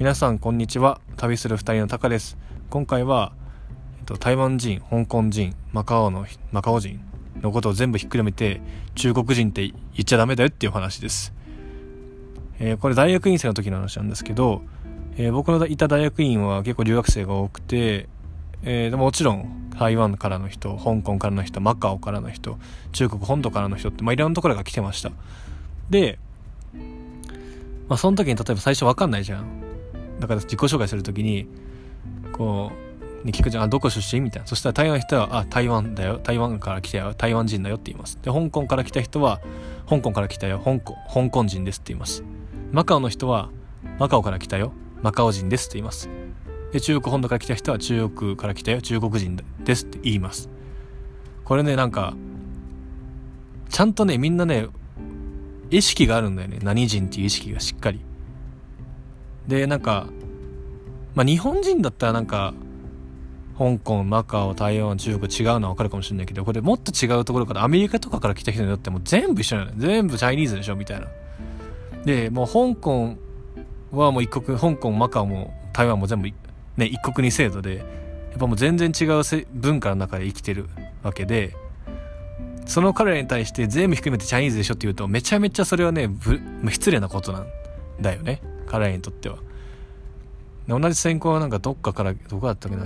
皆さんこんにちは。旅する二人のタカです。今回は、台湾人、香港人、マカオ人のことを全部ひっくるめて中国人って言っちゃダメだよっていう話です。これ大学院生の時の話なんですけど、僕のいた大学院は結構留学生が多くて、でももちろん台湾からの人、香港からの人、マカオからの人、中国本土からの人って、いろんなところが来てました。で、その時に例えば最初分かんないじゃん。だから自己紹介するときにこう聞くじゃん。どこ出身みたいな。そしたら台湾の人は台湾だよ、台湾から来たよ、台湾人だよって言います。で香港から来た人は香港から来たよ、香港人ですって言います。マカオの人はマカオから来たよ、マカオ人ですって言います。で中国本土から来た人は中国から来たよ、中国人ですって言います。これね、なんかちゃんとね、みんなね意識があるんだよね。何人っていう意識がしっかりで、なんか日本人だったらなんか香港、マカオ、台湾、中国違うのは分かるかもしれないけど、これもっと違うところからアメリカとかから来た人によっても全部一緒なのよ。全部チャイニーズでしょみたいな。でもう香港はもう一国、香港、マカオも台湾も全部ね一国二制度で、やっぱもう全然違う文化の中で生きてるわけで、その彼らに対して全部含めてチャイニーズでしょって言うと、めちゃめちゃそれはね失礼なことなんだよね、彼らにとっては。同じ専攻はなんかどこだったっけな、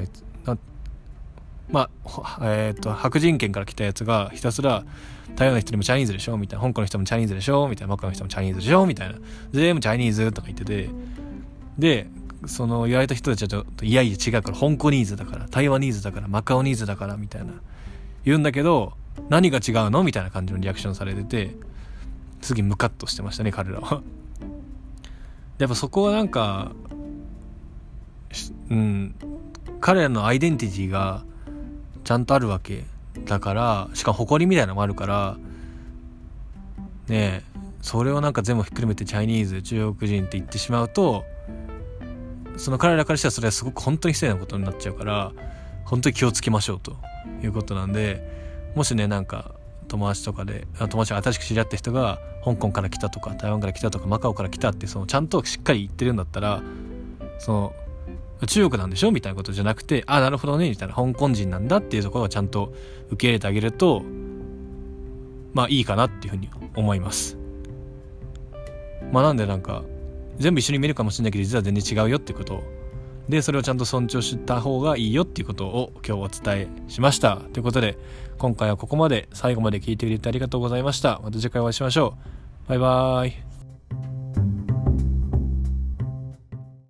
白人圏から来たやつがひたすら台湾の人にもチャイニーズでしょみたいな、香港の人もチャイニーズでしょみたいな、マカオの人もチャイニーズでしょみたいな、全部チャイニーズとか言ってて、でその言われた人たちはちょっといや違うから、香港ニーズだから、台湾ニーズだから、マカオニーズだからみたいな言うんだけど、何が違うのみたいな感じのリアクションされてて、次ムカッとしてましたね、彼らは。やっぱそこはなんか彼らのアイデンティティがちゃんとあるわけだから、しかも誇りみたいなのもあるからね、それをなんか全部ひっくるめてチャイニーズ、中国人って言ってしまうと、その彼らからしたらそれはすごく本当に失礼なことになっちゃうから、本当に気をつけましょうということなんで、もしね、なんか友達が新しく知り合った人が香港から来たとか台湾から来たとかマカオから来たって、そのちゃんとしっかり言ってるんだったら、その中国なんでしょみたいなことじゃなくて、なるほどねみたいな、香港人なんだっていうところをちゃんと受け入れてあげるといいかなっていうふうに思います。なんでなんか全部一緒に見るかもしれないけど、実は全然違うよっていうことで、それをちゃんと尊重した方がいいよっていうことを今日お伝えしました。ということで今回はここまで。最後まで聞いてくれてありがとうございました。また次回お会いしましょう。バイバーイ。